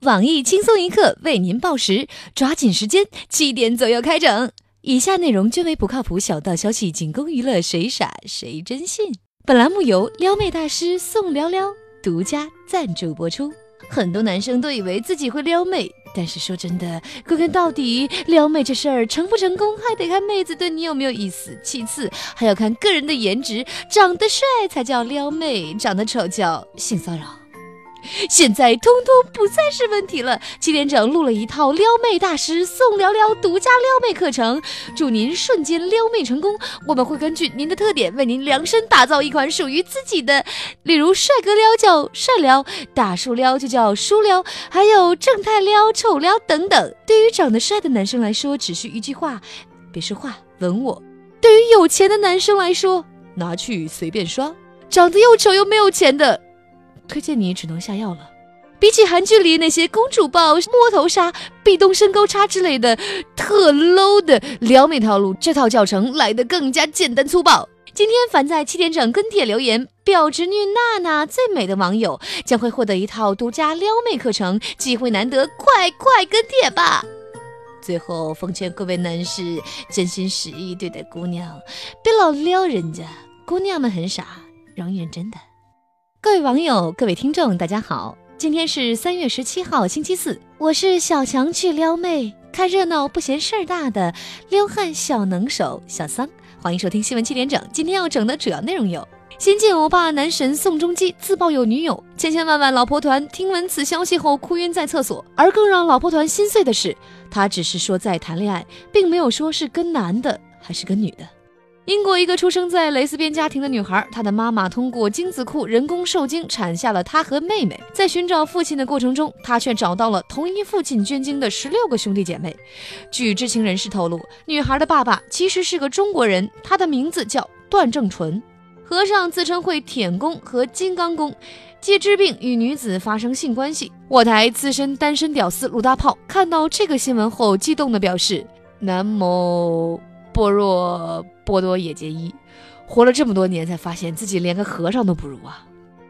网易轻松一刻为您报时，抓紧时间，7点左右开整。以下内容均为不靠谱小道消息，仅供娱乐，谁傻谁真信。本栏目由撩妹大师宋撩撩独家赞助播出。很多男生都以为自己会撩妹，但是说真的，归根到底，撩妹这事儿成不成功，还得看妹子对你有没有意思，其次还要看个人的颜值，长得帅才叫撩妹，长得丑叫性骚扰。现在通通不再是问题了。7点整录了一套撩妹大师宋撩撩独家撩妹课程，祝您瞬间撩妹成功。我们会根据您的特点为您量身打造一款属于自己的，例如帅哥撩叫帅撩，大叔撩就叫叔撩，还有正太撩、丑撩等等。对于长得帅的男生来说，只需一句话，别说话，吻我。对于有钱的男生来说，拿去随便刷。长得又丑又没有钱的，推荐你只能下药了。比起韩剧里那些公主抱、摸头杀、壁咚身高差之类的特 low 的撩妹套路，这套教程来得更加简单粗暴。今天凡在7点整跟帖留言表侄女娜娜最美的网友将会获得一套独家撩妹课程，机会难得，快跟帖吧。最后奉劝各位男士真心实意对待姑娘，别老撩人家，姑娘们很傻，容易认真的。各位网友，各位听众，大家好，今天是3月17号星期四，我是小强去撩妹看热闹不嫌事儿大的撩汉小能手小桑，欢迎收听新闻7点整。今天要整的主要内容有：先见欧巴男神宋仲基自曝有女友，千万老婆团听闻此消息后哭晕在厕所。而更让老婆团心碎的是，他只是说在谈恋爱，并没有说是跟男的还是跟女的。英国一个出生在蕾丝边家庭的女孩，她的妈妈通过精子库人工受精产下了她和妹妹。在寻找父亲的过程中，她却找到了同一父亲捐精的16个兄弟姐妹。据知情人士透露，女孩的爸爸其实是个中国人，他的名字叫段正淳。和尚自称会舔功和金刚功，借治病与女子发生性关系。我台资深单身屌丝鲁大炮看到这个新闻后，激动地表示：南无般若波多野结衣，活了这么多年才发现自己连个和尚都不如啊。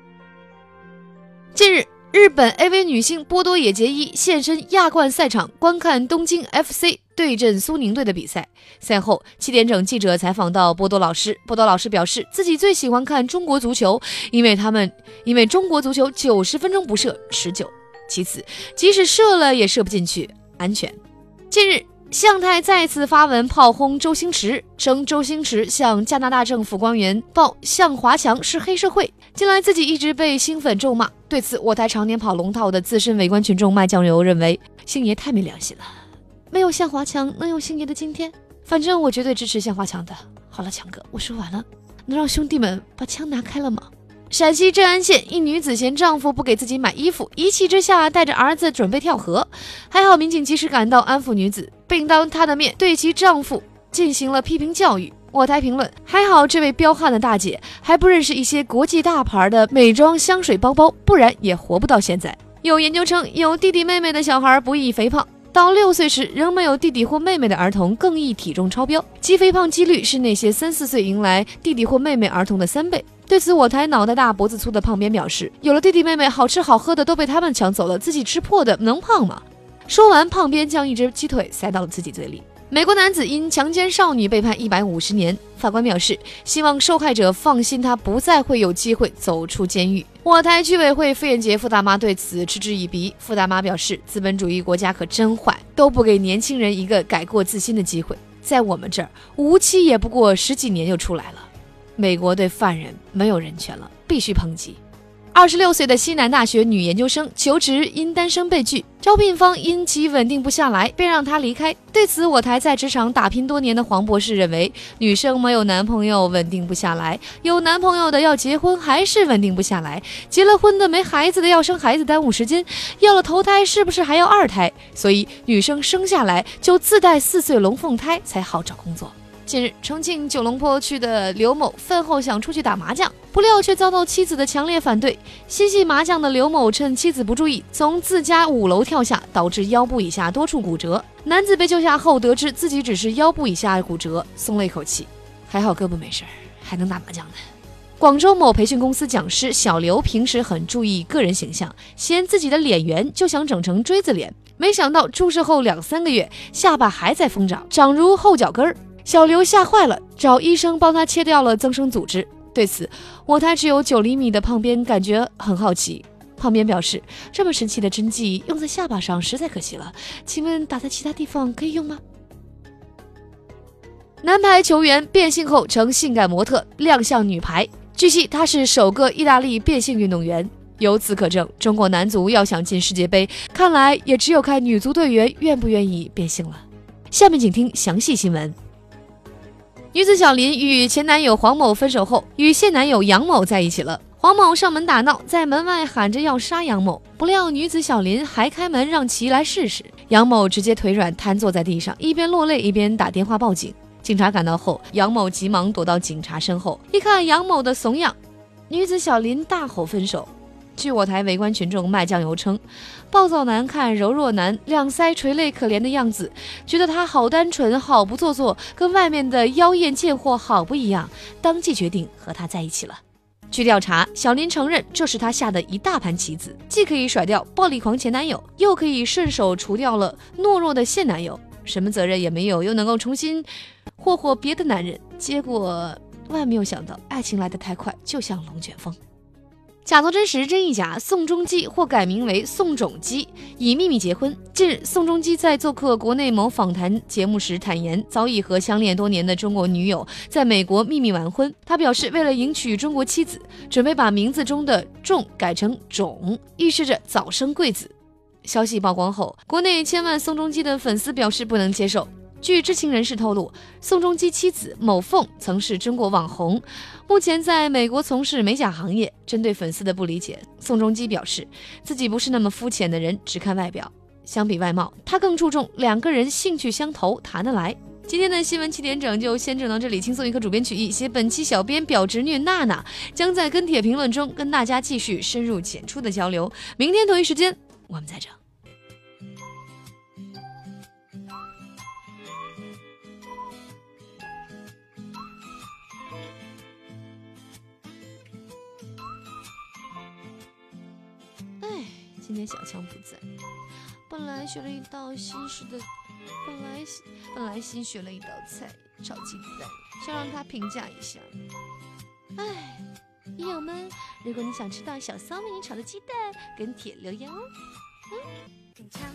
近日，日本 AV 女星波多野结衣现身亚冠赛场观看东京 FC 对阵苏宁队的比赛。赛后7点整记者采访到波多老师，波多老师表示自己最喜欢看中国足球，因为中国足球90分钟不射持久，其次即使射了也射不进去，安全。近日，向太再次发文炮轰周星驰，称周星驰向加拿大政府官员报向华强是黑社会。近来自己一直被星粉咒骂，对此我台常年跑龙套的资深围观群众卖酱油认为，星爷太没良心了，没有向华强能有星爷的今天。反正我绝对支持向华强的。好了，强哥，我说完了，能让兄弟们把枪拿开了吗？陕西镇安县一女子嫌丈夫不给自己买衣服，一气之下带着儿子准备跳河，还好民警及时赶到安抚女子，并当她的面对其丈夫进行了批评教育。我台评论：还好这位彪悍的大姐还不认识一些国际大牌的美妆香水包包，不然也活不到现在。有研究称，有弟弟妹妹的小孩不易肥胖，到6岁时仍没有弟弟或妹妹的儿童更易体重超标，其肥胖几率是那些3、4岁迎来弟弟或妹妹儿童的3倍。对此，我台脑袋大脖子粗的胖边表示，有了弟弟妹妹，好吃好喝的都被他们抢走了，自己吃破的能胖吗？说完，胖边将一只鸡腿塞到了自己嘴里。美国男子因强奸少女被判150年，法官表示希望受害者放心，他不再会有机会走出监狱。我台居委会傅艳杰傅大妈对此嗤之以鼻，傅大妈表示，资本主义国家可真坏，都不给年轻人一个改过自新的机会，在我们这儿无期也不过10几年就出来了。美国对犯人没有人权了，必须抨击。26岁的西南大学女研究生求职因单身被拒，招聘方因其稳定不下来，便让她离开。对此，我台在职场打拼多年的黄博士认为，女生没有男朋友稳定不下来，有男朋友的要结婚还是稳定不下来，结了婚的没孩子的要生孩子耽误时间，要了头胎是不是还要2胎？所以女生生下来就自带4岁龙凤胎才好找工作。近日，重庆九龙坡区的刘某饭后想出去打麻将，不料却遭到妻子的强烈反对。心系麻将的刘某趁妻子不注意，从自家5楼跳下，导致腰部以下多处骨折。男子被救下后得知自己只是腰部以下骨折，松了一口气，还好胳膊没事，还能打麻将呢。 广州某培训公司讲师小刘平时很注意个人形象，嫌自己的脸圆，就想整成锥子脸。没想到注射后2-3个月，下巴还在疯长，长如后脚跟儿。小刘吓坏了，找医生帮他切掉了增生组织。对此，我台只有9厘米的胖边感觉很好奇。胖边表示，这么神奇的针剂用在下巴上实在可惜了，请问打在其他地方可以用吗？男排球员变性后成性感模特，亮相女排。据悉，他是首个意大利变性运动员。由此可证，中国男足要想进世界杯，看来也只有看女足队员愿不愿意变性了。下面请听详细新闻。女子小林与前男友黄某分手后，与现男友杨某在一起了。黄某上门打闹，在门外喊着要杀杨某，不料女子小林还开门让其来试试。杨某直接腿软瘫坐在地上，一边落泪一边打电话报警。警察赶到后，杨某急忙躲到警察身后。一看杨某的怂样，女子小林大吼分手。据我台围观群众卖酱油称，暴躁男看柔弱男两腮垂泪可怜的样子，觉得他好单纯好不做作，跟外面的妖艳贱货好不一样，当即决定和他在一起了。据调查，小林承认这是他下的一大盘棋子，既可以甩掉暴力狂前男友，又可以顺手除掉了懦弱的现男友，什么责任也没有，又能够重新霍别的男人。结果万没有想到，爱情来得太快，就像龙卷风。假作真实，真亦假。宋仲基或改名为宋种基，已秘密结婚。近日，宋仲基在做客国内某访谈节目时坦言，早已和相恋多年的中国女友在美国秘密完婚。他表示，为了迎娶中国妻子，准备把名字中的仲改成种，预示着早生贵子。消息曝光后，国内千万宋仲基的粉丝表示不能接受。据知情人士透露，宋仲基妻子某凤曾是中国网红，目前在美国从事美甲行业。针对粉丝的不理解，宋仲基表示自己不是那么肤浅的人，只看外表。相比外貌，他更注重两个人兴趣相投，谈得来。今天的新闻7点整就先整到这里，轻松一刻主编曲艺，写本期小编表侄女娜娜将在跟帖评论中跟大家继续深入浅出的交流。明天同一时间我们再整。今天小强不在，本来学了一道新式的，本来新学了一道菜炒鸡蛋，想让他评价一下。哎，益友们，如果你想吃到小骚为你炒的鸡蛋，跟帖留言哦。品尝。